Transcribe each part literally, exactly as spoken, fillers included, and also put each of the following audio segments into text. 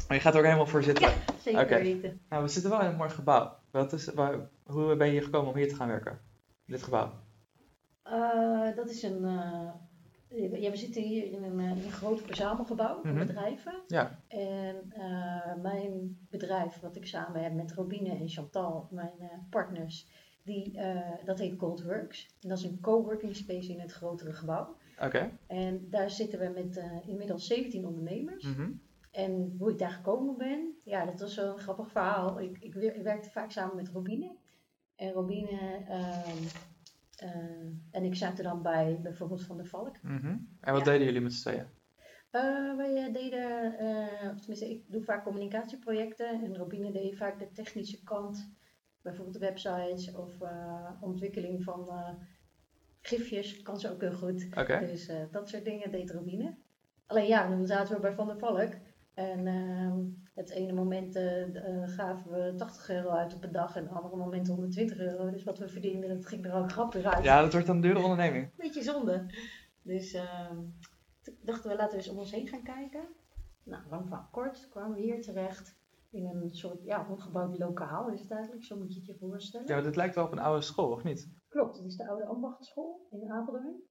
Maar je gaat er ook helemaal voor zitten? Ja, zeker Oké. weten. Nou, we zitten wel in een mooi gebouw. Wat is, waar, hoe ben je hier gekomen om hier te gaan werken? In dit gebouw? Uh, dat is een... Uh, ja, we zitten hier in een, in een groot verzamelgebouw van Mhm. bedrijven. Ja. En uh, mijn bedrijf, wat ik samen heb met Robine en Chantal, mijn uh, partners, die, uh, dat heet Coldworks. En dat is een coworking space in het grotere gebouw. Oké. Okay. En daar zitten we met uh, inmiddels zeventien ondernemers. Mm-hmm. En hoe ik daar gekomen ben, ja, dat was zo'n grappig verhaal. Ik, ik, ik werkte vaak samen met Robine. En Robine uh, uh, en ik zaten dan bij bijvoorbeeld Van der Valk. Mm-hmm. En wat ja. deden jullie met z'n tweeën? Uh, wij deden, uh, of tenminste, ik doe vaak communicatieprojecten en Robine deed vaak de technische kant, bijvoorbeeld de websites of uh, ontwikkeling van uh, gifjes, kan ze ook heel goed. Okay. Dus uh, dat soort dingen deed Robine. Alleen ja, dan zaten we bij Van der Valk en uh, het ene moment uh, uh, gaven we tachtig euro uit op een dag en het andere moment honderdtwintig euro. Dus wat we verdienden, dat ging er ook grap weer uit. Ja, dat wordt dan een dure onderneming. Beetje zonde. Dus uh, toen dachten we, laten we eens om ons heen gaan kijken. Nou, lang van kort kwamen we hier terecht in een soort ja, omgebouwd lokaal is het eigenlijk, zo moet je het je voorstellen. Ja, maar dit lijkt wel op een oude school, of niet? Klopt, het is de oude ambachtschool in Apeldoorn.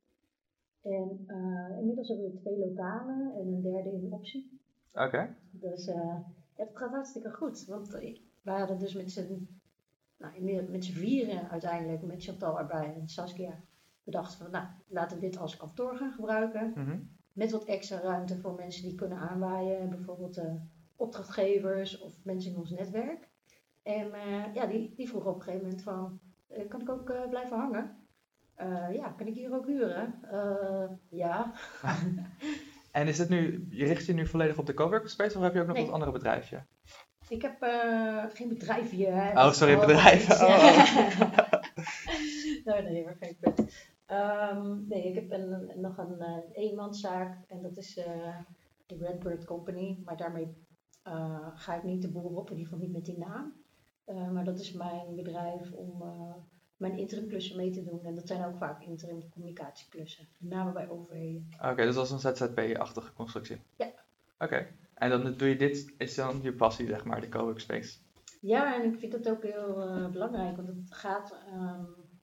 En uh, inmiddels hebben we twee lokalen en een derde in optie. Oké. Okay. Dus uh, ja, het gaat hartstikke goed, want uh, we hadden dus met z'n nou, met z'n vieren uiteindelijk, met Chantal erbij en Saskia, bedacht van, nou, laten we dit als kantoor gaan gebruiken. Mm-hmm. Met wat extra ruimte voor mensen die kunnen aanwaaien, bijvoorbeeld uh, opdrachtgevers of mensen in ons netwerk. En uh, ja, die, die vroegen op een gegeven moment van, uh, kan ik ook uh, blijven hangen? Uh, ja, kan ik hier ook huren? Uh, ja. En is dit nu, je richt je nu volledig op de coworking space of heb je ook nog nee. wat andere bedrijfje? Ik heb uh, geen bedrijfje. Hè. Oh, sorry, bedrijf. Oh, oh. nee, nee, maar geen punt. Um, nee, ik heb een, nog een uh, eenmanszaak en dat is uh, de Redbird Company. Maar daarmee uh, ga ik niet de boel op, in ieder geval niet met die naam. Uh, maar dat is mijn bedrijf om uh, mijn interimklussen mee te doen. En dat zijn ook vaak interim communicatieklussen. Met name bij overheden. Oké, okay, dus dat is een Z Z P-achtige constructie? Ja. Oké. Okay. En dan doe je dit, is dan je passie, zeg maar, de coworking space? Ja, en ik vind dat ook heel uh, belangrijk, want het gaat um,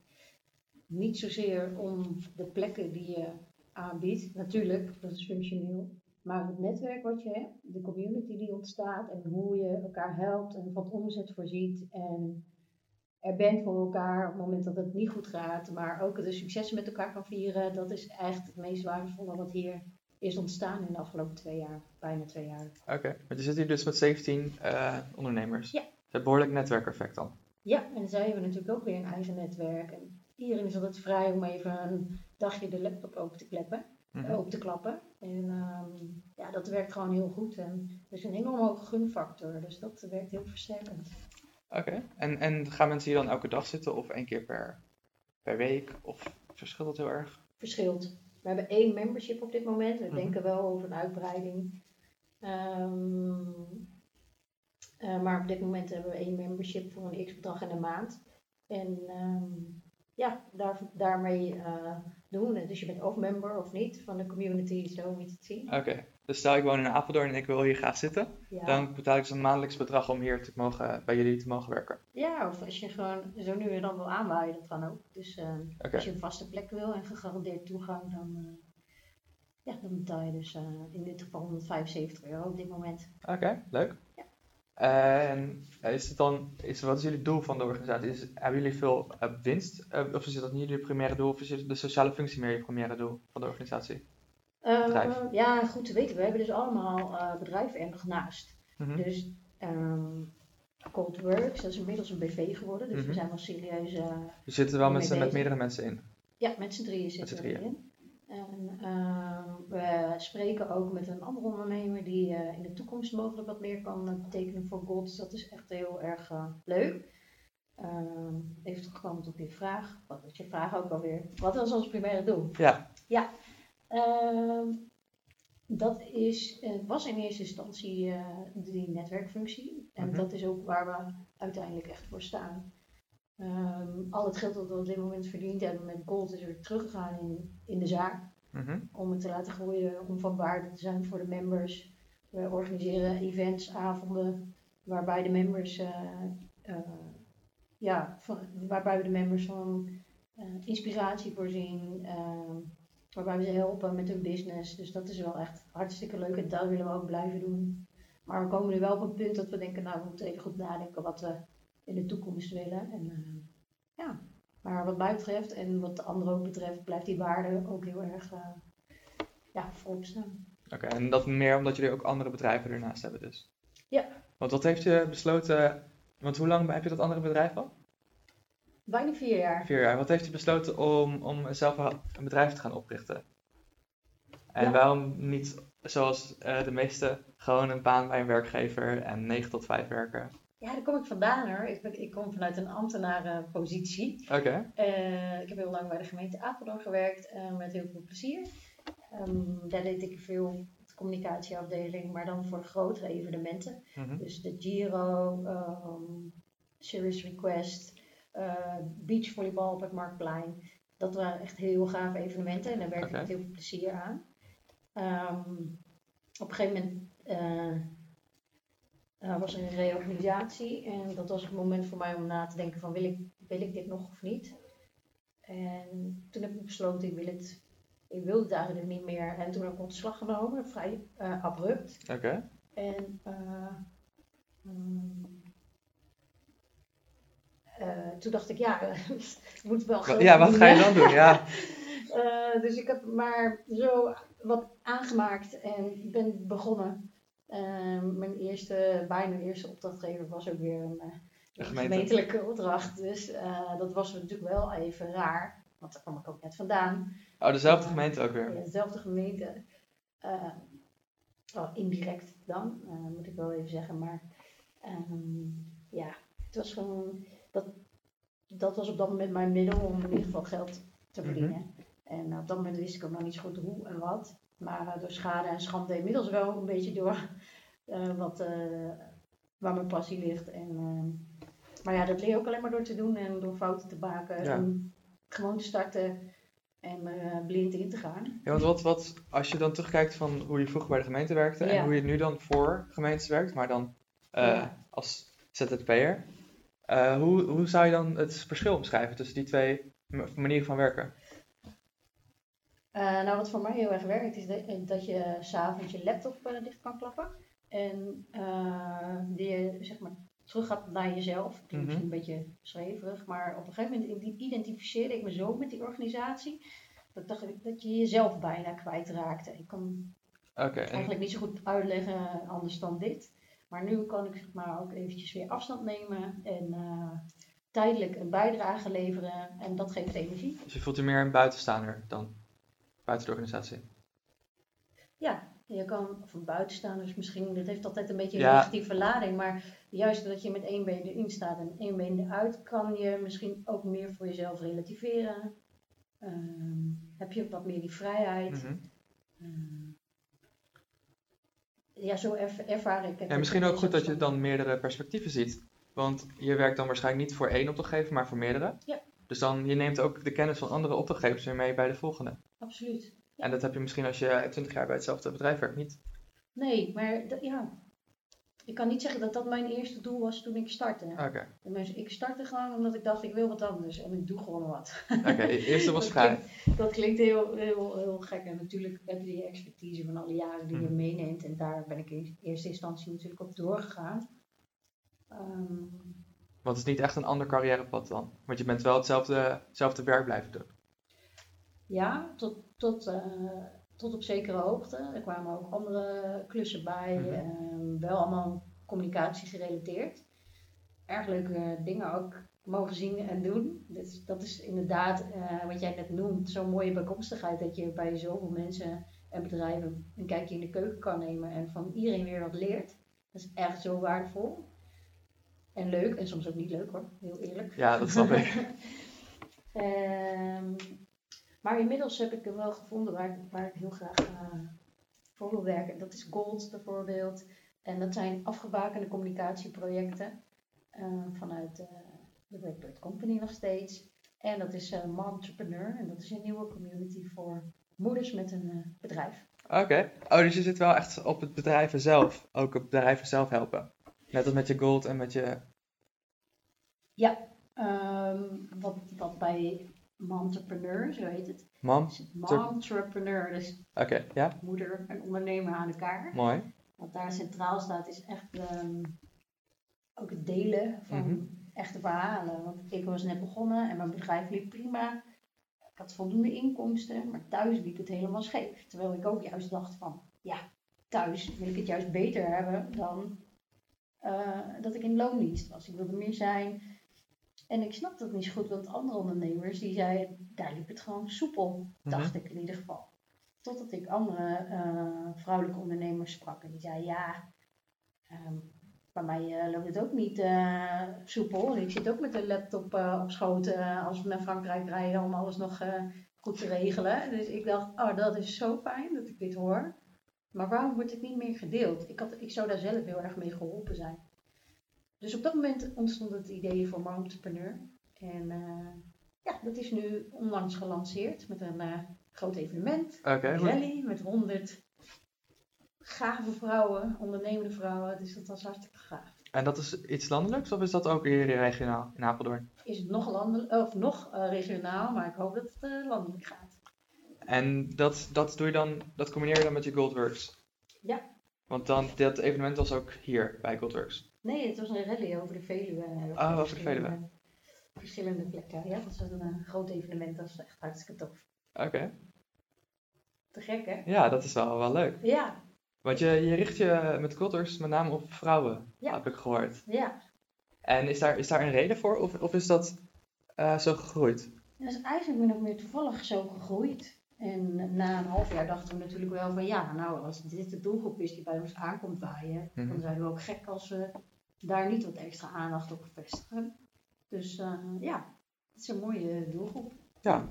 niet zozeer om de plekken die je aanbiedt. Natuurlijk, dat is functioneel. Maar het netwerk wat je hebt, de community die ontstaat en hoe je elkaar helpt en wat omzet voorziet. En er bent voor elkaar op het moment dat het niet goed gaat, maar ook de successen met elkaar kan vieren. Dat is echt het meest waardevolle wat hier is ontstaan in de afgelopen twee jaar, bijna twee jaar. Oké, okay. Want je zit hier dus met zeventien uh, ondernemers. Ja. Het behoorlijk netwerkeffect dan. Ja, en zij hebben natuurlijk ook weer een eigen netwerk. En iedereen is altijd vrij om even een dagje de laptop open te kleppen, mm-hmm. uh, open te klappen. En um, ja, dat werkt gewoon heel goed. En er is een enorm hoge gunfactor, dus dat werkt heel versterkend. Oké, okay. en, en gaan mensen hier dan elke dag zitten of één keer per, per week? Of verschilt dat heel erg? Verschilt. We hebben één membership op dit moment. We mm-hmm. denken wel over een uitbreiding. Um, Uh, maar op dit moment hebben we één membership voor een x-bedrag in de maand. En um, ja, daar, daarmee uh, doen we het. Dus je bent of member of niet van de community, zo moet je het zien. Oké, okay. Dus stel ik woon in Apeldoorn en ik wil hier graag zitten. Ja. Dan betaal ik dus een maandelijks bedrag om hier te mogen, bij jullie te mogen werken. Ja, of als je gewoon zo nu en dan wil aanwaaien, dat kan ook. Dus uh, okay. Als je een vaste plek wil en gegarandeerd toegang, dan, uh, ja, dan betaal je dus uh, in dit geval honderdvijfenzeventig euro op dit moment. Oké, okay, leuk. Ja. Uh, en is het dan, is, wat is jullie doel van de organisatie? Is, hebben jullie veel uh, winst? Uh, of is dat niet jullie primaire doel? Of is de sociale functie meer je primaire doel van de organisatie? Uh, ja, goed te weten. We hebben dus allemaal uh, bedrijven er nog naast. Mm-hmm. Dus um, Coldworks, dat is inmiddels een B V geworden. Dus mm-hmm. we zijn wel serieus. Uh, je zit er wel met, met meerdere mensen in? Ja, met z'n drieën zitten we erin. En uh, we spreken ook met een andere ondernemer die uh, in de toekomst mogelijk wat meer kan uh, betekenen voor Gold. Dus dat is echt heel erg uh, leuk. Uh, even terugkomend op je vraag. Wat was je vraag ook alweer? Wat was ons primaire doel? Ja. Ja. Uh, dat is, uh, was in eerste instantie uh, die netwerkfunctie. En mm-hmm. dat is ook waar we uiteindelijk echt voor staan. Um, al het geld dat we op dit moment verdiend hebben met Gold is weer teruggegaan in, in de zaak. Mm-hmm. Om het te laten groeien, om van waarde te zijn voor de members. We organiseren events, avonden, waarbij de members, uh, uh, ja, van, waarbij we de members van uh, inspiratie voorzien, uh, waarbij we ze helpen met hun business. Dus dat is wel echt hartstikke leuk en dat willen we ook blijven doen. Maar we komen nu wel op een punt dat we denken, nou we moeten even goed nadenken wat we in de toekomst willen. En, uh, ja. Maar wat mij betreft en wat de anderen ook betreft, blijft die waarde ook heel erg uh, ja, voorop staan. Oké, okay, en dat meer omdat jullie ook andere bedrijven ernaast hebben dus? Ja. Want wat heeft je besloten, want hoe lang heb je dat andere bedrijf al? Bijna vier jaar. Vier jaar. Wat heeft je besloten om, om zelf een bedrijf te gaan oprichten? En ja. waarom niet zoals uh, de meeste gewoon een baan bij een werkgever en negen tot vijf werken? Ja, daar kom ik vandaan hoor. Ik, ben, ik kom vanuit een ambtenarenpositie. Oké. Okay. Uh, ik heb heel lang bij de gemeente Apeldoorn gewerkt, uh, met heel veel plezier. Um, daar deed ik veel communicatieafdeling, maar dan voor grotere evenementen. Mm-hmm. Dus de Giro, um, Serious Request, uh, beachvolleybal op het Marktplein. Dat waren echt heel gave evenementen en daar werkte okay. ik met heel veel plezier aan. Um, op een gegeven moment uh, uh, was er een reorganisatie en dat was het moment voor mij om na te denken van wil ik, wil ik dit nog of niet? En toen heb ik besloten ik wil het, ik wilde het eigenlijk niet meer en toen heb ik ontslag genomen, vrij uh, abrupt. Oké. Okay. En uh, um, Uh, toen dacht ik, ja, het moet wel groot Ja, wat doen, ga je dan doen? Ja. uh, dus ik heb maar zo wat aangemaakt en ben begonnen. Uh, mijn eerste, bijna eerste opdrachtgever was ook weer een, een gemeente. gemeentelijke opdracht. Dus uh, dat was natuurlijk wel even raar, want daar kwam ik ook net vandaan. Oh, dezelfde uh, gemeente ook weer? Ja, dezelfde gemeente. Uh, oh, indirect dan, uh, moet ik wel even zeggen. Maar um, ja, het was gewoon... Dat, dat was op dat moment mijn middel om in ieder geval geld te verdienen. Mm-hmm. En uh, op dat moment wist ik ook nog niet zo goed hoe en wat. Maar uh, door schade en schande inmiddels wel een beetje door uh, wat, uh, waar mijn passie ligt. En, uh, maar ja, dat leer je ook alleen maar door te doen en door fouten te maken. Ja. En gewoon te starten en uh, blind in te gaan. Ja, want wat, wat, als je dan terugkijkt van hoe je vroeger bij de gemeente werkte ja. en hoe je nu dan voor gemeentes werkt, maar dan uh, ja. als Z Z P'er. Uh, hoe, hoe zou je dan het verschil omschrijven tussen die twee manieren van werken? Uh, nou, wat voor mij heel erg werkt, is de, dat je 's avonds je laptop uh, dicht kan klappen. En uh, die je zeg maar terug gaat naar jezelf. Dat klinkt mm-hmm. een beetje zweverig, maar op een gegeven moment identificeerde ik me zo met die organisatie. Dat ik dacht dat je jezelf bijna kwijtraakte. Ik kan okay, eigenlijk en... niet zo goed uitleggen anders dan dit. Maar nu kan ik zeg maar ook eventjes weer afstand nemen en uh, tijdelijk een bijdrage leveren en dat geeft energie. Dus je voelt je meer een buitenstaander dan buiten de organisatie? Ja, je kan, of een buitenstaander is misschien, dat heeft altijd een beetje een ja. negatieve lading, maar juist dat je met één been erin staat en één been eruit, kan je misschien ook meer voor jezelf relativeren. Um, heb je wat meer die vrijheid. Mm-hmm. Um, Ja, zo erv- ervaar ik het. En misschien ook goed dat je dan meerdere perspectieven ziet. Want je werkt dan waarschijnlijk niet voor één opdrachtgever, maar voor meerdere. Ja. Dus dan, je neemt ook de kennis van andere opdrachtgevers weer mee bij de volgende. Absoluut. Ja. En dat heb je misschien als je twintig jaar bij hetzelfde bedrijf werkt niet. Nee, maar d- ja. Ik kan niet zeggen dat dat mijn eerste doel was toen ik startte. Oké. Okay. Ik startte gewoon omdat ik dacht, ik wil wat anders. En ik doe gewoon wat. Oké, okay, eerste was vrij. Dat klinkt heel, heel, heel gek. En natuurlijk heb je die expertise van alle jaren die hmm. je meeneemt. En daar ben ik in eerste instantie natuurlijk op doorgegaan. Um, Want het is niet echt een ander carrièrepad dan? Want je bent wel hetzelfde, hetzelfde werk blijven doen. Ja, tot, tot, uh, tot op zekere hoogte. Er kwamen ook andere klussen bij. Mm-hmm. Um, wel allemaal communicatie gerelateerd. Erg leuke dingen ook mogen zien en doen. Dus dat is inderdaad uh, wat jij net noemt. Zo'n mooie bijkomstigheid dat je bij zoveel mensen en bedrijven een kijkje in de keuken kan nemen. En van iedereen weer wat leert. Dat is echt zo waardevol. En leuk. En soms ook niet leuk hoor. Heel eerlijk. Ja, dat snap ik. um, maar inmiddels heb ik er wel gevonden waar, waar ik heel graag uh, voor wil werken. Dat is Gold bijvoorbeeld. En dat zijn afgebakende communicatieprojecten. Uh, vanuit uh, de Red Bird Company nog steeds. En dat is uh, Momtrepreneur. En dat is een nieuwe community voor moeders met een uh, bedrijf. Oké. Okay. Oh, dus je zit wel echt op het bedrijven zelf, ook op bedrijven zelf helpen. Net als met je gold en met je... Ja, um, wat, wat bij Momtrepreneur, zo heet het. Mom? Momtrepreneur, dus okay, ja. moeder en ondernemer aan elkaar. Mooi. Wat daar centraal staat is echt um, ook het delen van mm-hmm. echte verhalen. Want ik was net begonnen en mijn bedrijf liep prima. Ik had voldoende inkomsten, maar thuis liep het helemaal scheef. Terwijl ik ook juist dacht van, ja, thuis wil ik het juist beter hebben dan uh, dat ik in loondienst was. Ik wilde meer zijn. En ik snap dat niet zo goed, want andere ondernemers die zeiden, daar liep het gewoon soepel, dacht mm-hmm. ik in ieder geval. Totdat ik andere uh, vrouwelijke ondernemers sprak en die zeiden, ja, um, bij mij uh, loopt het ook niet uh, soepel. Ik zit ook met de laptop uh, op schoot uh, als we naar Frankrijk rijden om alles nog uh, goed te regelen. Dus ik dacht, oh, dat is zo fijn dat ik dit hoor. Maar waarom wordt het niet meer gedeeld? Ik, had, ik zou daar zelf heel erg mee geholpen zijn. Dus op dat moment ontstond het idee voor Momtrepreneur. En uh, ja, dat is nu onlangs gelanceerd met een uh, groot evenement. Okay, een rally met honderd gave vrouwen, ondernemende vrouwen. Dus dat was hartstikke gaaf. En dat is iets landelijks of is dat ook hier regionaal in Apeldoorn? Is het nog, landelijk, of nog uh, regionaal, maar ik hoop dat het uh, landelijk gaat. En dat, dat doe je dan, dat combineer je dan met je Goldworks? Ja. Want dan, dat evenement was ook hier bij Goldworks? Nee, het was een rally over de Veluwe. Oh, over de Veluwe. Verschillende plekken. Ja, dat was een uh, groot evenement. Dat was echt hartstikke tof. Oké. Okay. Te gek, hè? Ja, dat is wel, wel leuk. Ja. Want je, je richt je met Goldworks met name op vrouwen, ja. heb ik gehoord. Ja. En is daar, is daar een reden voor of, of is dat uh, zo gegroeid? Dat is eigenlijk min of meer toevallig zo gegroeid. En na een half jaar dachten we natuurlijk wel van ja, nou als dit de doelgroep is die bij ons aankomt waaien, mm-hmm. dan zijn we ook gek als we daar niet wat extra aandacht op vestigen. Dus uh, ja, het is een mooie doelgroep. Ja.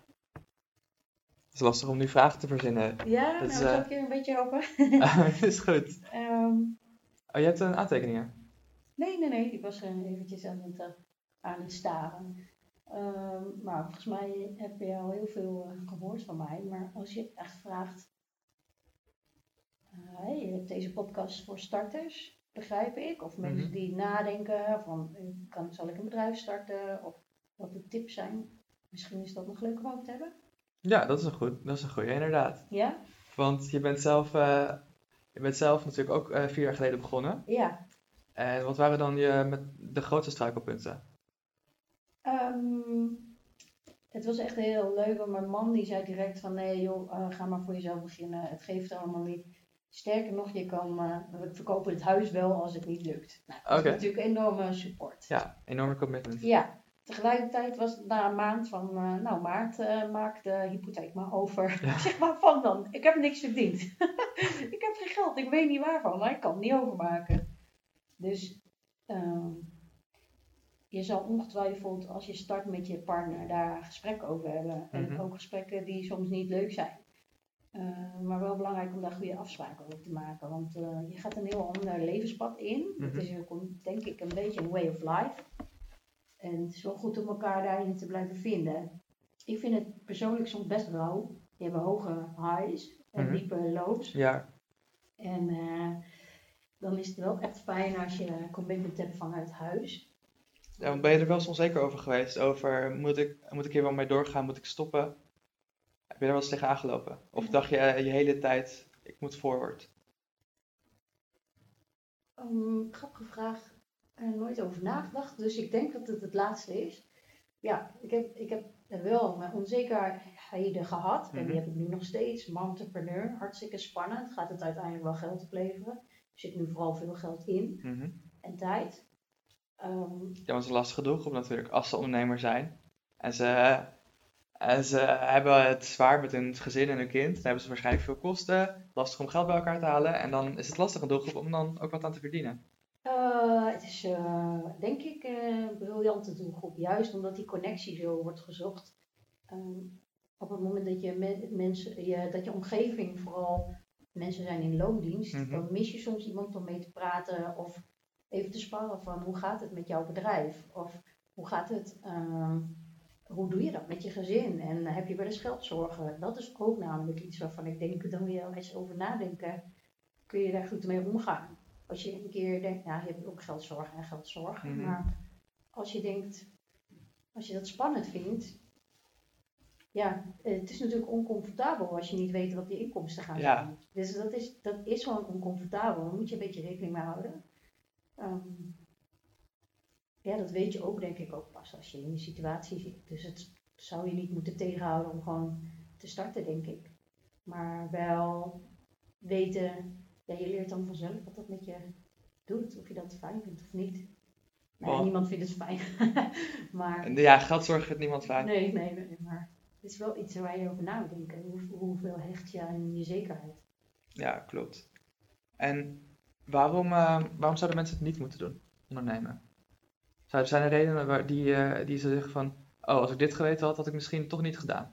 Het is lastig om nu vragen te verzinnen. Ja, dat nou is, zal uh... ik je een beetje helpen? Dat is goed. Um, oh, je hebt een aantekeningen? Nee, nee, nee. Ik was uh, eventjes aan het, uh, aan het staren. Um, maar volgens mij heb je al heel veel uh, gehoord van mij. Maar als je echt vraagt, uh, je hebt deze podcast voor starters, begrijp ik. Of mensen mm-hmm. die nadenken van, kan, zal ik een bedrijf starten? Of wat de tips zijn. Misschien is dat nog leuk om over te hebben. Ja, dat is een goed, dat is een goeie, inderdaad. Ja? Want je bent zelf, uh, je bent zelf natuurlijk ook uh, vier jaar geleden begonnen. Ja. En wat waren dan je, met de grootste struikelpunten? Um, het was echt heel leuk, want mijn man die zei direct van nee joh, uh, ga maar voor jezelf beginnen, het geeft allemaal niet. Sterker nog, je kan, uh, we verkopen het huis wel als het niet lukt. Nou, dat okay. is natuurlijk enorme support. Ja, enorme commitment. Ja, tegelijkertijd was het na een maand van, uh, nou Maart, uh, maak de hypotheek maar over. Ja. Zeg maar van dan, ik heb niks verdiend. Ik heb geen geld, ik weet niet waarvan, maar ik kan het niet overmaken. Dus um, je zal ongetwijfeld als je start met je partner daar gesprekken over hebben. En mm-hmm. ook gesprekken die soms niet leuk zijn. Uh, maar wel belangrijk om daar goede afspraken over te maken. Want uh, je gaat een heel ander levenspad in. Mm-hmm. Het is ook, denk ik een beetje een way of life. En het is wel goed om elkaar daarin te blijven vinden. Ik vind het persoonlijk soms best rauw. Je hebt hoge highs en mm-hmm. diepe lows. Ja. En uh, dan is het wel echt fijn als je commitment hebt vanuit huis. Ja, want ben je er wel eens onzeker over geweest? Over, moet ik, moet ik hier wel mee doorgaan? Moet ik stoppen? Heb je daar wel eens tegen aangelopen? Of ja. dacht je uh, je hele tijd, ik moet forward? Um, grappige vraag. Ik heb er nooit over nagedacht. Dus ik denk dat het het laatste is. Ja, ik heb, ik heb wel mijn onzekerheden gehad. Mm-hmm. En die heb ik nu nog steeds. Momtrepreneur, hartstikke spannend. Gaat het uiteindelijk wel geld opleveren? Er zit nu vooral veel geld in. Mm-hmm. En tijd. Um, ja, want het is een lastige doelgroep natuurlijk, als ze ondernemer zijn. En ze, en ze hebben het zwaar met hun gezin en hun kind. Dan hebben ze waarschijnlijk veel kosten. Lastig om geld bij elkaar te halen. En dan is het lastig een doelgroep om dan ook wat aan te verdienen. Uh, het is uh, denk ik een uh, briljante doelgroep. Juist omdat die connectie zo wordt gezocht. Um, op het moment dat je, me- mensen, je, dat je omgeving vooral mensen zijn in loondienst. Mm-hmm. Dan mis je soms iemand om mee te praten. Of even te sparren van hoe gaat het met jouw bedrijf? Of hoe gaat het um, hoe doe je dat met je gezin? En heb je wel eens geldzorgen? Dat is ook namelijk iets waarvan ik denk, dan moet je eens over nadenken. Kun je daar goed mee omgaan? Als je een keer denkt, nou, je hebt ook geldzorgen en geldzorgen. Mhm. Maar als je denkt, als je dat spannend vindt, ja, het is natuurlijk oncomfortabel als je niet weet wat die inkomsten gaan Ja. zijn. Dus dat is, dat is gewoon oncomfortabel. Daar moet je een beetje rekening mee houden. Ehm, ja, dat weet je ook denk ik ook pas als je in die situatie zit. Dus het zou je niet moeten tegenhouden om gewoon te starten, denk ik. Maar wel weten, ja, je leert dan vanzelf wat dat met je doet. Of je dat fijn vindt of niet. Nee, Wow. niemand vindt het fijn. maar, En ja, geldzorg vindt niemand fijn. nee, nee, nee, maar het is wel iets waar je over na moet denken. Hoe, hoeveel hecht je aan je zekerheid? Ja, klopt. En waarom, uh, waarom zouden mensen het niet moeten doen, ondernemen? Zouden zijn er redenen waar die, uh, die ze zeggen van, oh, als ik dit geweten had, had ik misschien toch niet gedaan?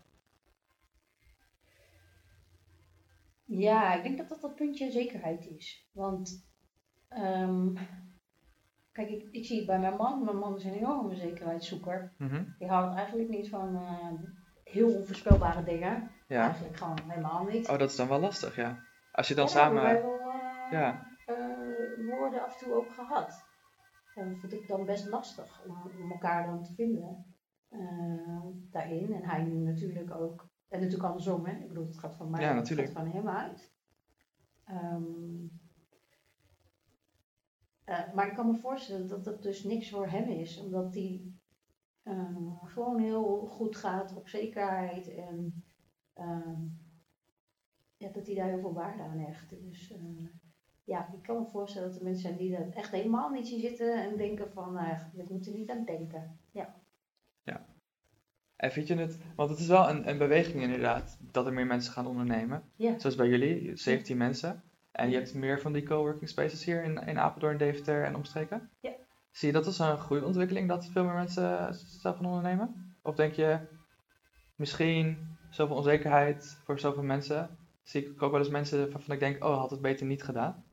Ja, ik denk dat dat dat puntje zekerheid is. Want, um, kijk, ik, ik zie het bij mijn man. Mijn man is een enorme zekerheidszoeker. Mm-hmm. Die houdt eigenlijk niet van uh, heel onvoorspelbare dingen. Ja. Eigenlijk gewoon helemaal niet. Oh, dat is dan wel lastig, ja. Als je dan ja, samen... Wij wel, uh, ja. uh, woorden af en toe ook gehad. Dat vond ik dan best lastig om, om elkaar dan te vinden uh, daarin. En hij natuurlijk ook. En natuurlijk andersom, hè. Ik bedoel, het gaat van mij, ja, het gaat van hem uit. Um, uh, maar ik kan me voorstellen dat dat dus niks voor hem is. Omdat hij uh, gewoon heel goed gaat op zekerheid. En uh, ja, dat hij daar heel veel waarde aan hecht. Dus uh, ja, ik kan me voorstellen dat er mensen zijn die dat echt helemaal niet zien zitten. En denken van, uh, ik moet er niet aan denken. Ja. Ja. En vind je het, want het is wel een, een beweging inderdaad, dat er meer mensen gaan ondernemen. Ja. Zoals bij jullie, zeventien ja. mensen. En je hebt meer van die coworking spaces hier in, in Apeldoorn, Deventer en omstreken. Ja. Zie je dat als een goede ontwikkeling, dat veel meer mensen zelf gaan ondernemen? Of denk je, misschien zoveel onzekerheid voor zoveel mensen? Zie ik ook wel eens mensen waarvan ik denk, oh, had het beter niet gedaan?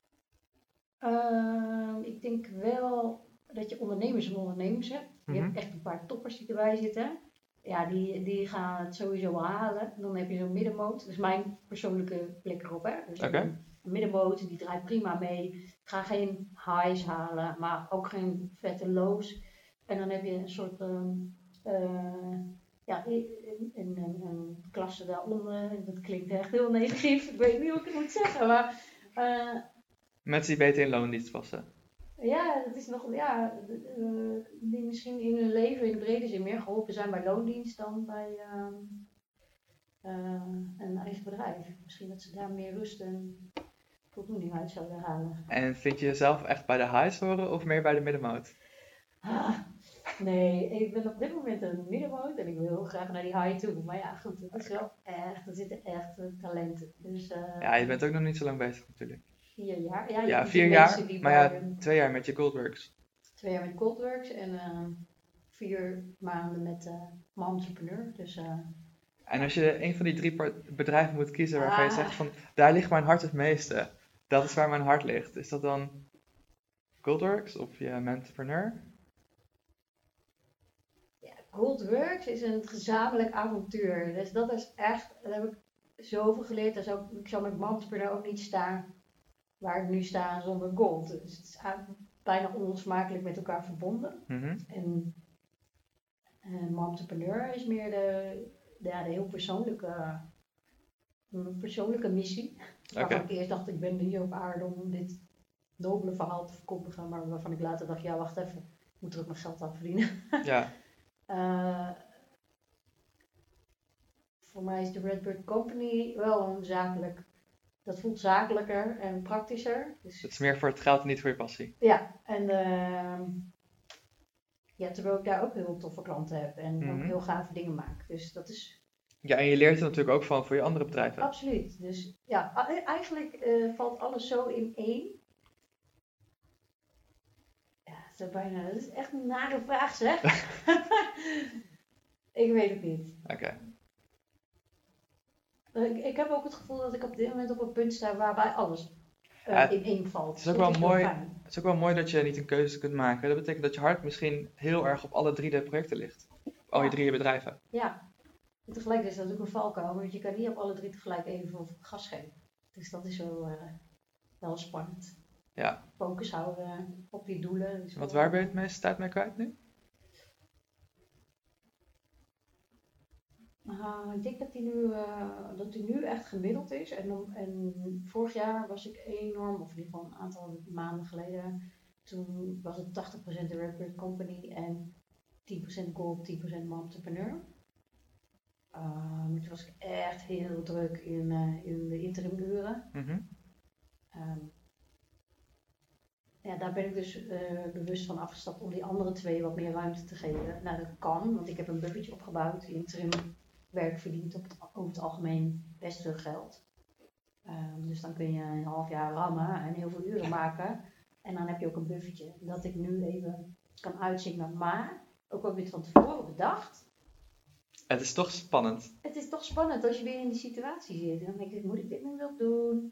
Uh, ik denk wel dat je ondernemers en ondernemers hebt. Je Mm-hmm. hebt echt een paar toppers die erbij zitten. Ja, die, die gaan het sowieso halen. Dan heb je zo'n middenmoot. Dat is mijn persoonlijke blik erop. Hè? Dus okay. Een middenmoot, die draait prima mee. Ik ga geen highs halen, maar ook geen vette lows. En dan heb je een soort um, uh, ja, een, een, een, een klasse daaronder. Dat klinkt echt heel negatief. Ik weet niet hoe ik het moet zeggen, maar... Uh, Mensen die beter in loondienst passen. Ja, dat is nog, ja, uh, die misschien in hun leven in de brede zin meer geholpen zijn bij loondienst dan bij uh, uh, een eigen bedrijf. Misschien dat ze daar meer rust en voldoening uit zouden halen. En vind je jezelf echt bij de highs horen of meer bij de middenmoot? Ah, nee, ik ben op dit moment een middenmoot en ik wil heel graag naar die high toe. Maar ja, goed, dat is wel echt, er zitten echt talenten. Dus, uh, ja, je bent ook nog niet zo lang bezig natuurlijk. Vier jaar. Ja, ja vier jaar, maar ja, een, twee jaar met je Goldworks. Twee jaar met Goldworks en uh, vier maanden met uh, mijn entrepreneur. Dus, uh, en als je een van die drie bedrijven moet kiezen waarvan ah, je zegt van, daar ligt mijn hart het meeste. Dat is waar mijn hart ligt. Is dat dan Goldworks of je entrepreneur? Ja, Goldworks is een gezamenlijk avontuur. Dus dat is echt, daar heb ik zoveel geleerd. Daar zou, ik zou met mijn entrepreneur ook niet staan waar ik nu sta zonder gold. Dus het is bijna onlosmakelijk met elkaar verbonden. Mm-hmm. En uh, mijn entrepreneur is meer de, de, ja, de heel persoonlijke, persoonlijke missie. Okay. Waarvan ik eerst dacht, ik ben hier op aarde om dit nobele verhaal te verkondigen. Maar waarvan ik later dacht, ja wacht even, ik moet er ook mijn geld aan verdienen. Ja. uh, voor mij is de Redbird Company wel een zakelijk... Dat voelt zakelijker en praktischer. Dus het is meer voor het geld en niet voor je passie. Ja, en uh, ja, terwijl ik daar ook heel toffe klanten heb en mm-hmm. ook heel gave dingen maak. Dus dat is... Ja, en je leert er natuurlijk ook van voor je andere bedrijven. Absoluut. Dus ja, eigenlijk uh, valt alles zo in één. Ja, dat is bijna... Dat is echt een nare vraag, zeg. Ik weet het niet. Oké. Okay. Ik, ik heb ook het gevoel dat ik op dit moment op een punt sta waarbij alles uh, ja, in één valt. Het is, ook wel mooi, het is ook wel mooi dat je niet een keuze kunt maken. Dat betekent dat je hart misschien heel erg op alle drie de projecten ligt. al je Ja. drie je bedrijven. Ja. En tegelijk is dat natuurlijk een valkuil, want je kan niet op alle drie tegelijk even gas geven. Dus dat is wel, uh, wel spannend. Ja. Focus houden op je doelen. Is Want wel... waar ben je het meeste tijd mee kwijt nu? Uh, ik denk dat die, nu, uh, dat die nu echt gemiddeld is. En, en vorig jaar was ik enorm, of in ieder geval een aantal maanden geleden, toen was het tachtig procent de Rapid Company en tien procent Gold, tien procent Entrepreneur. Uh, toen was ik echt heel druk in, uh, in de interimuren. Mm-hmm. Um, ja, daar ben ik dus uh, bewust van afgestapt om die andere twee wat meer ruimte te geven. Nou, dat kan, want ik heb een buffertje opgebouwd. Interim werk verdient op het, over het algemeen best veel geld. Um, dus dan kun je een half jaar rammen en heel veel uren maken. En dan heb je ook een buffertje. Dat ik nu even kan uitzingen, maar ook al weer van tevoren bedacht. Het is toch spannend. Het is toch spannend als je weer in die situatie zit. En dan denk ik, moet ik dit nu wel doen?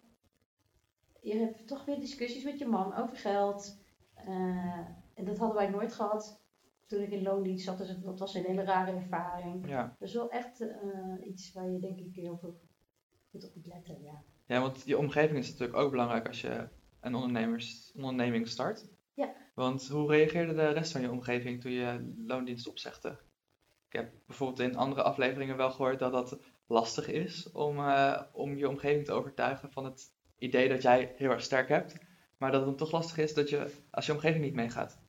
Je hebt toch weer discussies met je man over geld. Uh, en dat hadden wij nooit gehad toen ik in loondienst zat. Dus dat was een hele rare ervaring. Ja. Dat is wel echt uh, iets waar je denk ik heel veel goed op moet letten. Ja. Ja, want je omgeving is natuurlijk ook belangrijk als je een ondernemers, onderneming start. Ja. Want hoe reageerde de rest van je omgeving toen je loondienst opzegde? Ik heb bijvoorbeeld in andere afleveringen wel gehoord dat dat lastig is om, uh, om je omgeving te overtuigen van het idee dat jij heel erg sterk hebt. Maar dat het dan toch lastig is dat je, als je omgeving niet meegaat.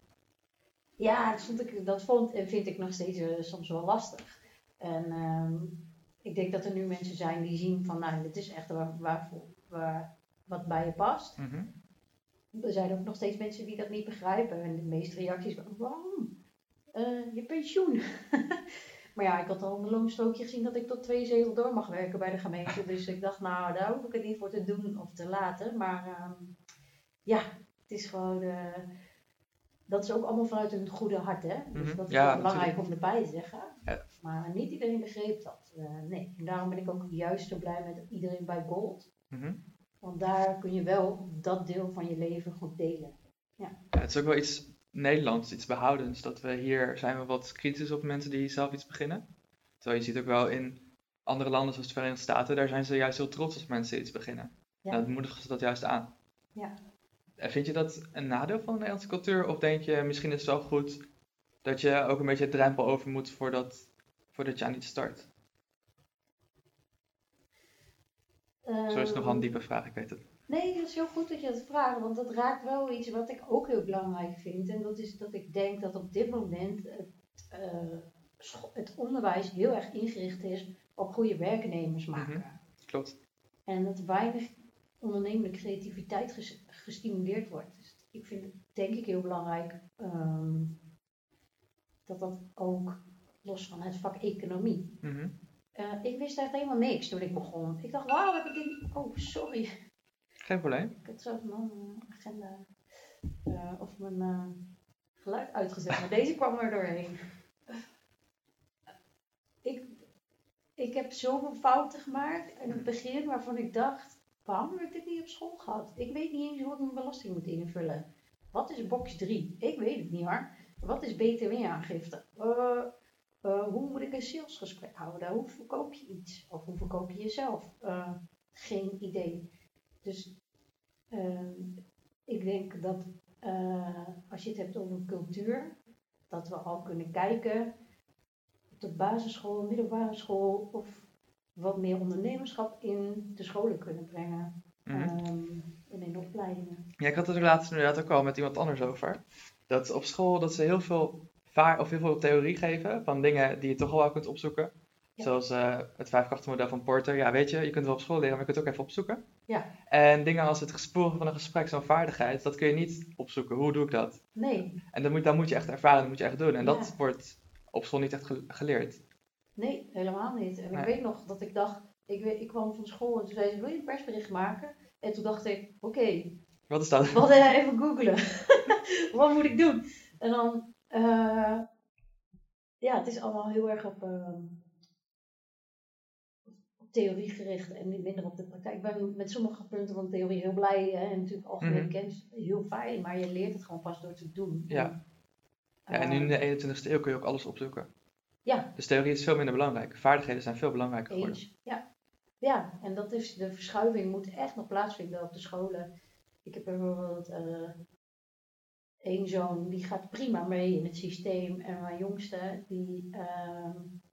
Ja, dat vond, ik, dat vond en vind ik nog steeds uh, soms wel lastig. En um, ik denk dat er nu mensen zijn die zien van, nou, dit is echt waar, waar, waar, wat bij je past. Mm-hmm. Er zijn ook nog steeds mensen die dat niet begrijpen. En de meeste reacties waren, waarom? Uh, je pensioen. Maar ja, ik had al een loonstrookje gezien dat ik tot tweeënzeventig door mag werken bij de gemeente. Dus ik dacht, nou, daar hoef ik het niet voor te doen of te laten. Maar um, ja, het is gewoon... Uh, dat is ook allemaal vanuit een goede hart, hè. Dus Mm-hmm. dat is ja, wel belangrijk natuurlijk. om erbij te zeggen. Ja. Maar niet iedereen begreep dat. Uh, nee, en daarom ben ik ook juist zo blij met iedereen bij Gold. Mm-hmm. Want daar kun je wel dat deel van je leven goed delen. Ja. Ja, het is ook wel iets Nederlands, iets behoudends. Dat we hier zijn we wat kritisch op mensen die zelf iets beginnen. Terwijl je ziet ook wel in andere landen zoals de Verenigde Staten, daar zijn ze juist heel trots als mensen iets beginnen. Ja. Nou, dan moedigen ze dat juist aan. Ja. En vind je dat een nadeel van de Nederlandse cultuur? Of denk je misschien is het wel goed dat je ook een beetje het drempel over moet voordat, voordat je aan iets start? Um, Zo is het nogal een diepe vraag, ik weet het. Nee, het is heel goed dat je dat vraagt, want dat raakt wel iets wat ik ook heel belangrijk vind. En dat is dat ik denk dat op dit moment het, uh, het onderwijs heel erg ingericht is op goede werknemers maken. Mm-hmm. Klopt. En dat weinig ondernemelijke creativiteit ges- gestimuleerd wordt. Dus ik vind het denk ik heel belangrijk um, dat dat ook los van het vak economie. Mm-hmm. Uh, ik wist echt helemaal niks toen ik begon. Ik dacht, wauw, heb ik dit... Oh, sorry. Geen probleem. Ik had zo mijn uh, agenda uh, of mijn uh, geluid uitgezet, maar deze kwam er doorheen. ik, ik heb zoveel fouten gemaakt in het begin waarvan ik dacht, waarom heb ik dit niet op school gehad? Ik weet niet eens hoe ik mijn belasting moet invullen. Wat is box drie? Ik weet het niet hoor. Wat is B T W-aangifte? Uh, uh, hoe moet ik een salesgesprek houden? Hoe verkoop je iets? Of hoe verkoop je jezelf? Uh, geen idee. Dus uh, ik denk dat uh, als je het hebt over cultuur, dat we al kunnen kijken op de basisschool, middelbare school of wat meer ondernemerschap in de scholen kunnen brengen. Mm-hmm. Um, en in de opleidingen. Ja, ik had het er laatst inderdaad ook al met iemand anders over. Dat op school dat ze heel veel, vaar, of heel veel theorie geven van dingen die je toch al wel kunt opzoeken. Ja. Zoals uh, het vijfkrachtenmodel van Porter. Ja, weet je, je kunt het wel op school leren, maar je kunt het ook even opzoeken. Ja. En dingen als het sporen van een gesprek, zo'n vaardigheid, dat kun je niet opzoeken. Hoe doe ik dat? Nee. En dat moet, dat moet je echt ervaren, dat moet je echt doen. En ja. dat wordt op school niet echt ge- geleerd. Nee, helemaal niet. En nee. Ik weet nog dat ik dacht, ik, weet, ik kwam van school en toen zei ze, wil je een persbericht maken? En toen dacht ik, oké. Okay, wat is dat? Wat, uh, even googlen. Wat moet ik doen? En dan, uh, ja, het is allemaal heel erg op, uh, op theorie gericht en niet minder op de praktijk. Ik ben met sommige punten van de theorie heel blij hè, en natuurlijk algemeen mm-hmm. kennis heel fijn, maar je leert het gewoon pas door te doen. Ja. Ja, en nu in de eenentwintigste eeuw kun je ook alles opzoeken. Ja. Dus theorie is veel minder belangrijk. Vaardigheden zijn veel belangrijker geworden. Eens. Ja. Ja, en dat is, de verschuiving moet echt nog plaatsvinden op de scholen. Ik heb bijvoorbeeld uh, één zoon, die gaat prima mee in het systeem. En mijn jongste, die, uh,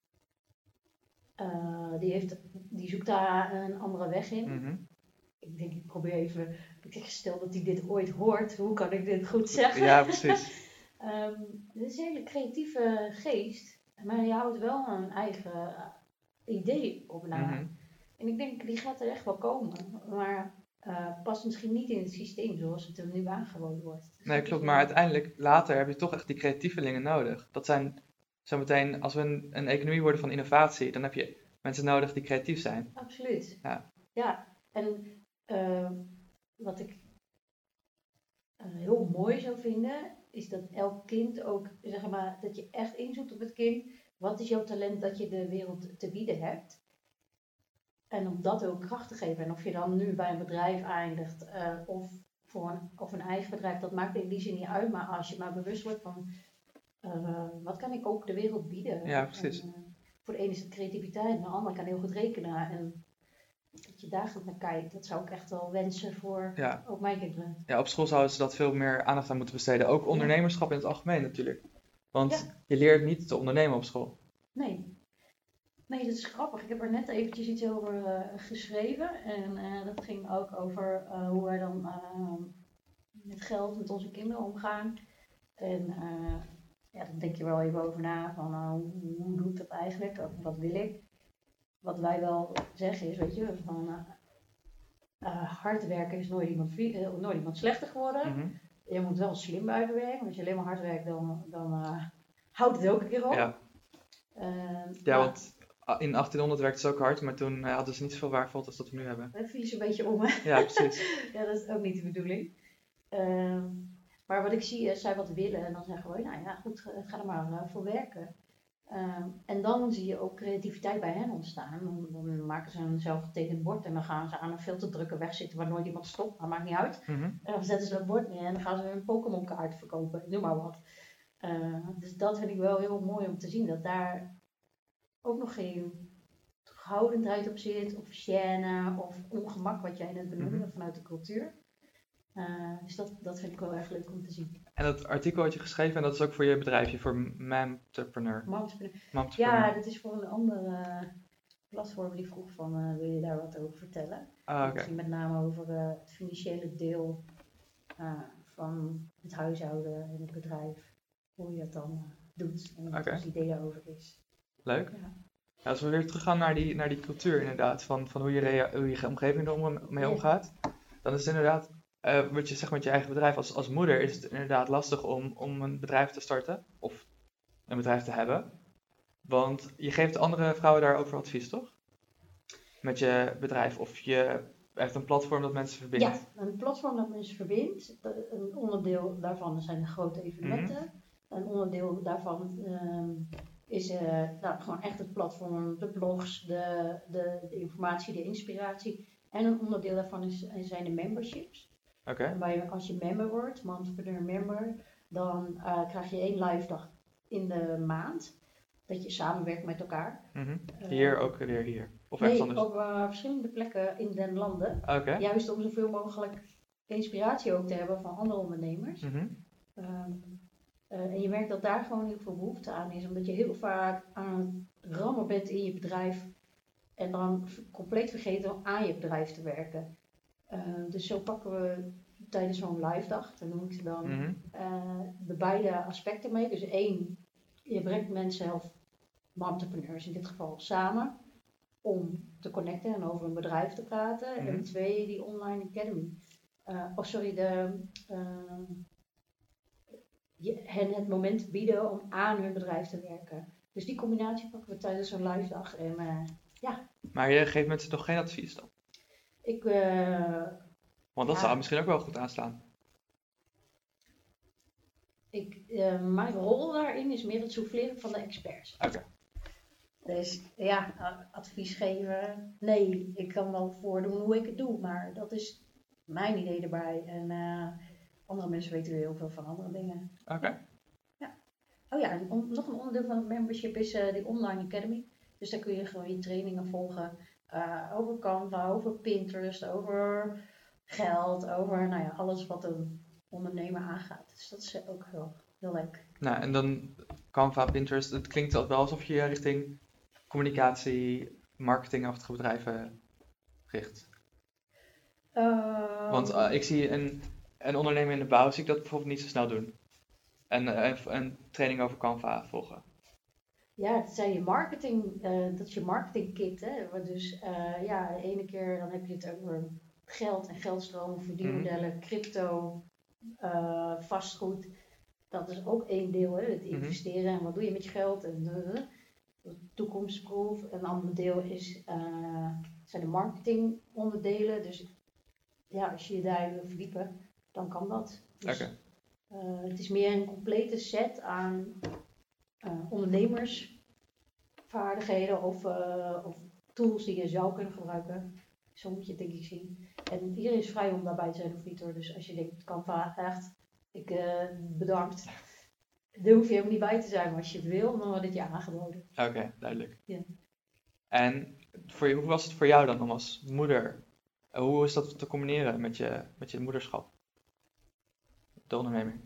uh, die, heeft, die zoekt daar een andere weg in. Mm-hmm. Ik denk, ik probeer even, ik zeg, stel dat hij dit ooit hoort, hoe kan ik dit goed zeggen? Ja, precies. um, het is een hele creatieve geest, maar je houdt wel een eigen idee op na. Mm-hmm. En ik denk, die gaat er echt wel komen, maar uh, past misschien niet in het systeem zoals het er nu aangeboden wordt. Dus nee, klopt, maar uiteindelijk, later heb je toch echt die creatievelingen nodig. Dat zijn zometeen, als we een, een economie worden van innovatie, dan heb je mensen nodig die creatief zijn. Absoluut. Ja, ja. En uh, wat ik uh, heel mooi zou vinden, is dat elk kind ook, zeg maar, dat je echt inzoekt op het kind. Wat is jouw talent dat je de wereld te bieden hebt? En om dat ook kracht te geven. En of je dan nu bij een bedrijf eindigt uh, of voor een, of een eigen bedrijf, dat maakt in die zin niet uit. Maar als je maar bewust wordt van, uh, wat kan ik ook de wereld bieden? Ja, precies. En, uh, voor de ene is het creativiteit, de ander kan heel goed rekenen. En dat je daar goed naar kijkt, dat zou ik echt wel wensen voor ja. ook mijn kinderen. Ja, op school zouden ze dat veel meer aandacht aan moeten besteden. Ook ondernemerschap in het algemeen natuurlijk. Want ja. je leert niet te ondernemen op school. Nee. Nee, dat is grappig. Ik heb er net eventjes iets over uh, geschreven. En uh, dat ging ook over uh, hoe wij dan uh, met geld met onze kinderen omgaan. En uh, ja, dan denk je wel even over na van uh, hoe, hoe doe ik dat eigenlijk? Of wat wil ik? Wat wij wel zeggen is, weet je, van uh, uh, hard werken is nooit iemand, uh, nooit iemand slechter geworden. Mm-hmm. Je moet wel slim blijven werken. Want als je alleen maar hard werkt, dan, dan uh, houdt het ook een keer op. Ja, uh, ja want in achttienhonderd werkte ze ook hard, maar toen uh, hadden ze niet zoveel waardevol als dat we nu hebben. Dat viel ze een beetje om, hè? Ja, precies. Ja, dat is ook niet de bedoeling. Uh, maar wat ik zie, is zij wat willen en dan zeggen we, nou ja, goed, ga er maar uh, voor werken. Uh, en dan zie je ook creativiteit bij hen ontstaan. Dan, dan maken ze een zelfgetekend bord en dan gaan ze aan een veel te drukke weg zitten waar nooit iemand stopt, dat maakt niet uit. Mm-hmm. En dan zetten ze dat bord neer en dan gaan ze een Pokémon kaart verkopen, noem maar wat. Uh, dus dat vind ik wel heel mooi om te zien, dat daar ook nog geen terughoudendheid op zit, of gêne, of ongemak wat jij net benoemde mm-hmm. vanuit de cultuur. Uh, dus dat, dat vind ik wel erg leuk om te zien. En dat artikel had je geschreven en dat is ook voor je bedrijfje, voor Momtrepreneur. Momtrepreneur. Ja, dat is voor een andere platform die vroeg van, uh, wil je daar wat over vertellen? Ah, okay. Het ging met name over uh, het financiële deel uh, van het huishouden en het bedrijf. Hoe je dat dan uh, doet en wat okay. het idee daarover is. Leuk. Ja. Ja, als we weer teruggaan naar die, naar die cultuur inderdaad, van, van hoe, je rea- hoe je omgeving er mee omgaat, dan is het inderdaad, uh, wat je zegt met je eigen bedrijf, als, als moeder is het inderdaad lastig om, om een bedrijf te starten, of een bedrijf te hebben, want je geeft andere vrouwen daarover advies, toch? Met je bedrijf, of je hebt een platform dat mensen verbindt. Ja, een platform dat mensen verbindt, een onderdeel daarvan zijn de grote evenementen, mm-hmm. een onderdeel daarvan um, is uh, nou, gewoon echt het platform, de blogs, de, de, de informatie, de inspiratie. En een onderdeel daarvan is, zijn de memberships. Okay. Waarbij als je member wordt, Momtrepreneur member, dan uh, krijg je één live dag in de maand. Dat je samenwerkt met elkaar. Mm-hmm. Hier uh, ook weer hier? Of nee, ergens anders? op uh, verschillende plekken in den landen. Okay. Juist om zoveel mogelijk inspiratie ook te hebben van andere ondernemers. Mm-hmm. Um, Uh, en je merkt dat daar gewoon heel veel behoefte aan is, omdat je heel vaak aan het rammen bent in je bedrijf en dan v- compleet vergeten om aan je bedrijf te werken. Uh, dus zo pakken we tijdens zo'n live dag, dan noem ik ze dan, mm-hmm. uh, de beide aspecten mee. Dus één, je brengt mensen of momtrepreneurs in dit geval samen om te connecten en over een bedrijf te praten. Mm-hmm. En twee, die online academy. Uh, oh sorry, de... Uh, Je, hen het moment bieden om aan hun bedrijf te werken. Dus die combinatie pakken we tijdens zo'n live dag. En, uh, ja. Maar je geeft mensen toch geen advies dan? Ik, uh, Want dat ja, zou misschien ook wel goed aanslaan. Ik, uh, mijn rol daarin is meer het souffleren van de experts. Oké. Okay. Dus ja, advies geven. Nee, ik kan wel voordoen hoe ik het doe. Maar dat is mijn idee erbij. En uh, andere mensen weten weer heel veel van andere dingen. Oké. Okay. Ja. Oh ja, en on, nog een onderdeel van het membership is uh, die online academy. Dus daar kun je gewoon je trainingen volgen uh, over Canva, over Pinterest, over geld, over nou ja, alles wat een ondernemer aangaat. Dus dat is ook heel, heel leuk. Nou, en dan Canva, Pinterest, het klinkt wel alsof je je richting communicatie, marketingachtige bedrijven richt. Uh, Want uh, ik zie een, een ondernemer in de bouw, zie ik dat bijvoorbeeld niet zo snel doen. En uh, een training over Canva volgen. Ja, dat zijn je marketing, uh, dat is je marketingkit. Hè? Dus uh, ja, de ene keer dan heb je het over geld en geldstromen, verdienmodellen, mm-hmm. crypto, uh, vastgoed. Dat is ook één deel, hè? Het investeren mm-hmm. en wat doe je met je geld en uh, toekomstproof. Een ander deel is, uh, zijn de marketingonderdelen. Dus ja, als je je daarin wil verdiepen, dan kan dat. Dus, okay. uh, het is meer een complete set aan uh, ondernemersvaardigheden of, uh, of tools die je zou kunnen gebruiken. Zo moet je het denk ik zien. En iedereen is vrij om daarbij te zijn of niet hoor. Dus als je denkt, Canva echt, ik uh, bedankt. Daar hoef je helemaal niet bij te zijn, maar als je het wil, dan wordt het je aangeboden. Oké, okay, duidelijk. Ja. En voor je, hoe was het voor jou dan om als moeder? Hoe is dat te combineren met je, met je moederschap? De onderneming?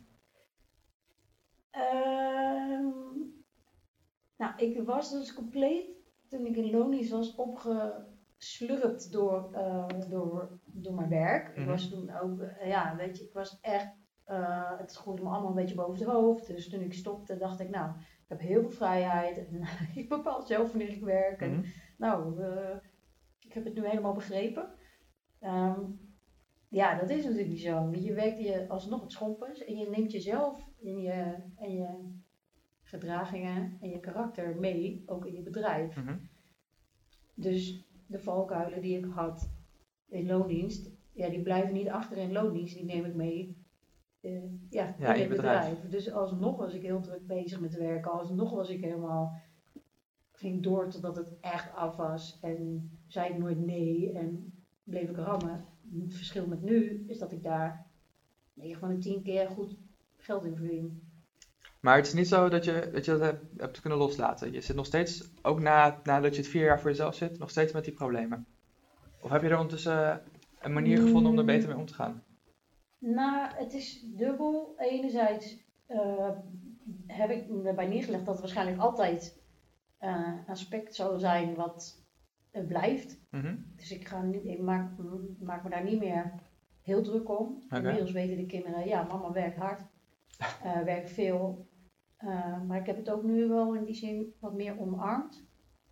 Um, nou, ik was dus compleet, toen ik in loondienst was, opgeslurpt door, uh, door, door mijn werk. Mm-hmm. Ik was toen ook, uh, ja, weet je, ik was echt, uh, het groeide me allemaal een beetje boven het hoofd. Dus toen ik stopte, dacht ik, nou, ik heb heel veel vrijheid. En ik bepaal zelf wanneer ik werk. Mm-hmm. En nou, uh, ik heb het nu helemaal begrepen. Um, ja, dat is natuurlijk niet zo. Je werkt je alsnog het schompers en je neemt jezelf en je, en je gedragingen en je karakter mee, ook in je bedrijf. Mm-hmm. Dus de valkuilen die ik had in loondienst, ja, die blijven niet achter in loondienst, die neem ik mee uh, ja, ja, in het bedrijf. bedrijf. Dus alsnog was ik heel druk bezig met werken, alsnog was ik helemaal, ging door totdat het echt af was en zei ik nooit nee en bleef ik rammen. Het verschil met nu is dat ik daar negen van de tien keer goed geld in verdien. Maar het is niet zo dat je dat, je dat hebt, hebt kunnen loslaten. Je zit nog steeds, ook na, nadat je het vier jaar voor jezelf zit, nog steeds met die problemen. Of heb je er ondertussen een manier gevonden om er beter mee om te gaan? Nou, het is dubbel. Enerzijds uh, heb ik erbij neergelegd dat het waarschijnlijk altijd uh, een aspect zou zijn wat uh, blijft. Mm-hmm. Dus ik, ga niet, ik maak, maak me daar niet meer heel druk om. Okay. Inmiddels weten de kinderen, ja, mama werkt hard, uh, werkt veel. Uh, maar ik heb het ook nu wel in die zin wat meer omarmd.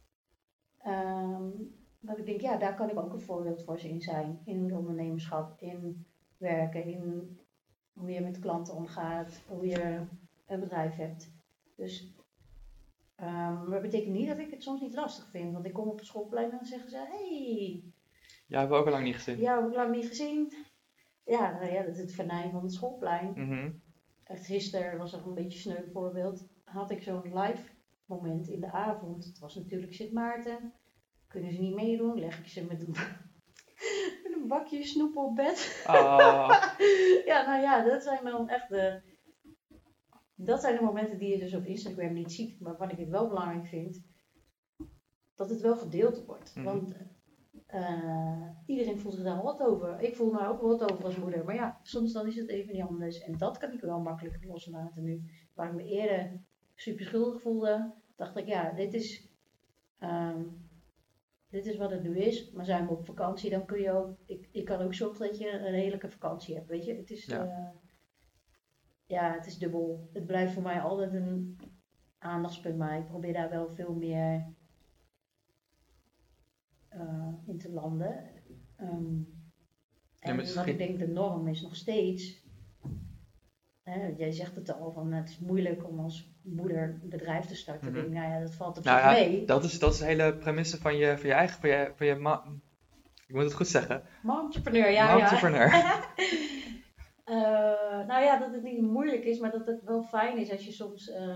Um, dat ik denk, ja, daar kan ik ook een voorbeeld voor ze in zijn. In het ondernemerschap, in werken, in hoe je met klanten omgaat, hoe je een bedrijf hebt. Dus, um, maar dat betekent niet dat ik het soms niet lastig vind. Want ik kom op het schoolplein en dan zeggen ze, hey. Ja, hebben we ook al lang niet gezien. Ja, heb ik lang niet gezien. Ja, nou ja, dat is het venijn van het schoolplein. Mm-hmm. Gisteren was er een beetje een sneu voorbeeld. Had ik zo'n live moment in de avond. Het was natuurlijk Sint Maarten. Kunnen ze niet meedoen, leg ik ze met een, met een bakje snoep op bed. Oh. Ja, nou ja, dat zijn dan echt de... Dat zijn de momenten die je dus op Instagram niet ziet. Maar wat ik het wel belangrijk vind, dat het wel gedeeld wordt. Mm-hmm. Want uh, iedereen voelt zich daar wat over. Ik voel me ook wat over als moeder. Maar ja, soms dan is het even niet anders. En dat kan ik wel makkelijk loslaten nu. Waar ik me eerder super schuldig voelde, dacht ik, ja, dit is... Um, Dit is wat het nu is, maar zijn we op vakantie, dan kun je ook, ik, ik kan ook zorgen dat je een redelijke vakantie hebt, weet je. Het is, ja. Uh, ja, het is dubbel. Het blijft voor mij altijd een aandachtspunt, maar ik probeer daar wel veel meer uh, in te landen. Um, en ja, wat ik denk de norm is nog steeds, hè, jij zegt het al, van het is moeilijk om als moeder een bedrijf te starten. Mm-hmm. Nou ja, dat valt op zich nou ja, mee. Dat is, dat is de hele premisse van je, van je eigen, van je, van je ma- ik moet het goed zeggen. Momtrepreneur, ja. Momtrepreneur. Ja. uh, nou ja, dat het niet moeilijk is, maar dat het wel fijn is als je soms uh,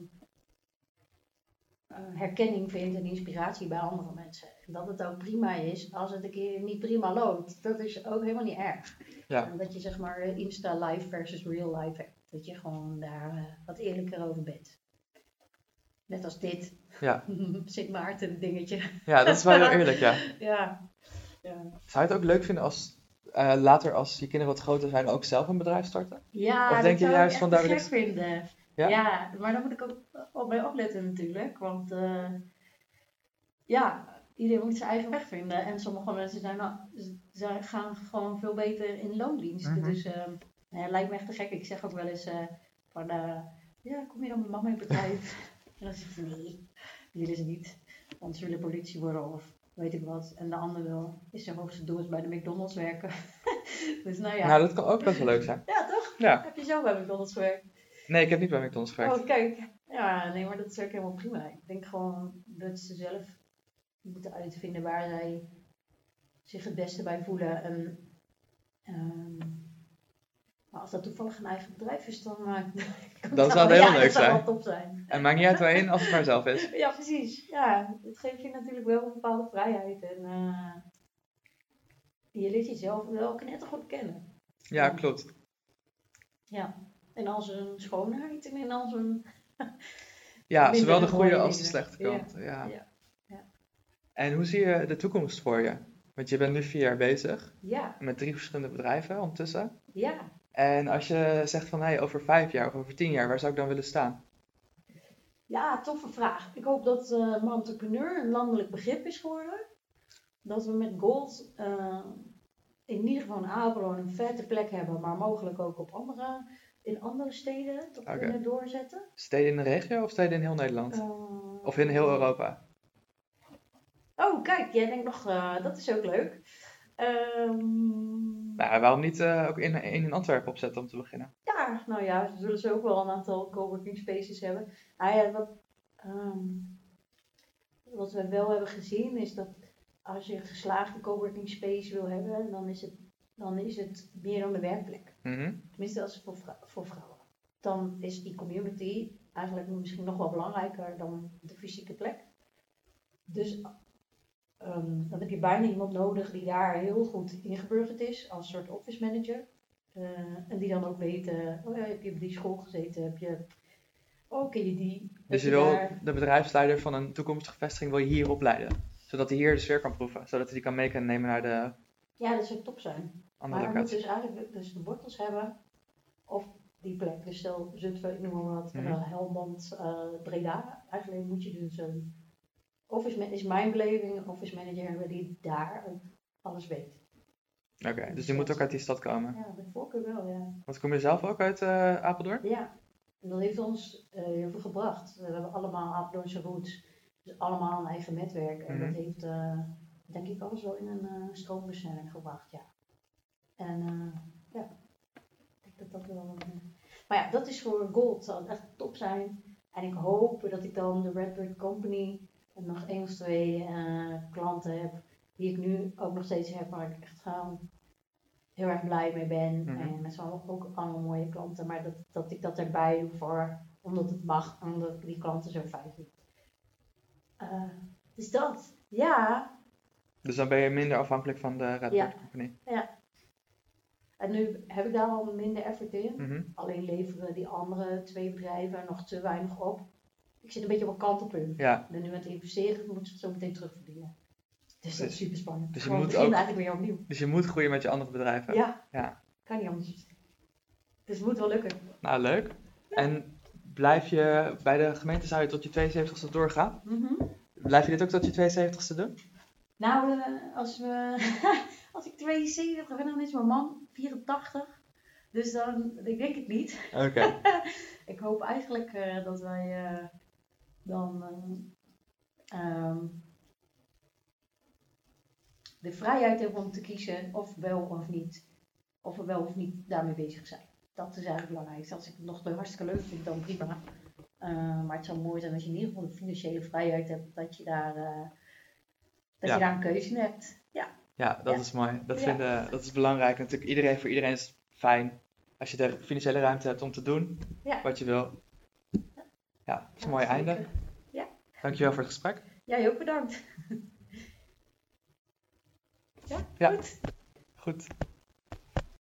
uh, herkenning vindt en inspiratie bij andere mensen. En dat het ook prima is als het een keer niet prima loopt. Dat is ook helemaal niet erg. Ja. En dat je zeg maar Insta live versus real life hebt. Dat je gewoon daar uh, wat eerlijker over bent. Net als dit. Ja. Sint Maarten dingetje. Ja, dat is wel heel eerlijk, ja. ja. ja. Zou je het ook leuk vinden als uh, later, als je kinderen wat groter zijn, ook zelf een bedrijf starten? Ja, of dat denk je zou juist ik van echt daar gek is... vinden. Ja? ja, maar dan moet ik ook op mij opletten natuurlijk. Want uh, ja, iedereen moet zijn eigen weg vinden. En sommige mensen zijn, nou, zijn, gaan gewoon veel beter in loondienst. Mm-hmm. Dus uh, ja, lijkt me echt te gek. Ik zeg ook wel eens uh, van, uh, ja, kom je dan met mama in het bedrijf? En dan zegt ze, nee, die willen ze niet. Want ze willen politie worden of weet ik wat. En de andere wil, is zijn hoogste doel is bij de McDonald's werken. dus nou ja. Nou, dat kan ook best wel leuk zijn. Ja, toch? Ja. Heb je zelf bij McDonald's gewerkt? Nee, ik heb niet bij McDonald's gewerkt. Oh, kijk. Ja, nee, maar dat is ook helemaal prima. Ik denk gewoon dat ze zelf moeten uitvinden waar zij zich het beste bij voelen. En um, maar als dat toevallig een eigen bedrijf is, dan uh, dat zou heel ja, leuk dat zijn. zou wel top zijn. En maakt niet uit waarin, als het maar zelf is. Ja, precies. Ja, het geeft je natuurlijk wel een bepaalde vrijheid. En uh, je leert jezelf wel knettergoed kennen. Ja, klopt. Ja, en al zijn schoonheid en in al zijn... ja, zowel de goede als de slechte kant. Ja. Ja. Ja. Ja. En hoe zie je de toekomst voor je? Want je bent nu vier jaar bezig. Ja. Met drie verschillende bedrijven ondertussen. Ja. En als je zegt van, hey, over vijf jaar of over tien jaar, waar zou ik dan willen staan? Ja, toffe vraag. Ik hoop dat uh, mijn entrepreneur een landelijk begrip is geworden. Dat we met Gold uh, in ieder geval in Apeldoorn een vette plek hebben, maar mogelijk ook op andere, in andere steden dat okay. kunnen doorzetten. Steden in de regio of steden in heel Nederland? Uh, of in heel Europa? Oh, kijk, jij denkt nog, uh, dat is ook leuk. Um, nou, waarom niet uh, ook in, in Antwerpen opzetten om te beginnen? Ja, nou ja, ze zullen ze ook wel een aantal coworking spaces hebben. Ah ja, wat, um, wat we wel hebben gezien is dat als je een geslaagde coworking space wil hebben, dan is het, dan is het meer dan de werkplek. Mm-hmm. Tenminste, als voor, vrou- voor vrouwen. Dan is die community eigenlijk misschien nog wel belangrijker dan de fysieke plek. Dus um, dan heb je bijna iemand nodig die daar heel goed ingeburgerd is als soort office manager. Uh, en die dan ook weet, uh, oh ja, heb je op die school gezeten, heb je, oh ken je die. Dus je, je wil daar... de bedrijfsleider van een toekomstige vestiging wil je hier opleiden, zodat hij hier de sfeer kan proeven, zodat hij die kan mee kunnen nemen naar de... Ja, dat zou top zijn. Andere maar we moeten locatie. dus eigenlijk dus de wortels hebben, of die plek, dus stel Zutphen, ik noem maar wat, Mm-hmm. en dan Helmond, uh, Breda. Eigenlijk moet je dus een office man- is mijn beleving, een office manager hebben die daar ook alles weet. Oké, okay, dus die moet ook uit die stad komen? Ja, de voorkeur wel, ja. Want kom je zelf ook uit uh, Apeldoorn? Ja, en dat heeft ons uh, heel veel gebracht. We hebben allemaal Apeldoornse roots, dus allemaal een eigen netwerk. En mm-hmm. dat heeft, uh, denk ik, alles wel in een uh, stroomversnelling gebracht, ja. En uh, ja, ik denk dat dat wel... Uh, maar ja, dat is voor Gold, zal het echt top zijn. En ik hoop dat ik dan de Redbird Company en nog één of twee uh, klanten heb, die ik nu ook nog steeds heb, waar ik echt gewoon heel erg blij mee ben. Mm-hmm. En met z'n ook allemaal mooie klanten, maar dat, dat ik dat erbij doe voor, omdat het mag, omdat ik die klanten zo fijn vind. Uh, dus dat, ja. Dus dan ben je minder afhankelijk van de Redbird ja. Company? Ja. En nu heb ik daar al minder effort in. Mm-hmm. Alleen leveren die andere twee bedrijven nog te weinig op. Ik zit een beetje op een kantelpunt. Ja. Ik ben nu aan het investeren, moet ik het zo meteen terugverdienen. Dus dat is super spannend. Dus je Gewoon moet begin ook, eigenlijk weer opnieuw. Dus je moet groeien met je andere bedrijven? Ja, ja. Kan niet anders. Dus het moet wel lukken. Nou, leuk. Ja. En blijf je bij de gemeente, zou je tot je tweeënzeventigste doorgaan? Mm-hmm. Blijf je dit ook tot je tweeënzeventigste doen? Nou, uh, als, we als ik tweeënzeventig ben, dan is mijn man vierentachtig. Dus dan, ik denk het niet. Oké. Okay. Ik hoop eigenlijk uh, dat wij uh, dan uh, um, de vrijheid hebben om te kiezen of wel of niet, of we wel of niet daarmee bezig zijn. Dat is eigenlijk belangrijk. Als ik het nog hartstikke leuk vind, dan prima. Uh, maar het zou mooi zijn als je in ieder geval de financiële vrijheid hebt, dat je daar, uh, dat ja. je daar een keuze in hebt. Ja, ja dat ja. is mooi. Dat, ja. vinden, dat is belangrijk. Natuurlijk, iedereen, voor iedereen is het fijn als je de financiële ruimte hebt om te doen ja. wat je wil. Ja, dat is een ja, mooi zeker. Einde. Ja. Dankjewel voor het gesprek. Jij ook bedankt. Ja, ja, goed. Goed.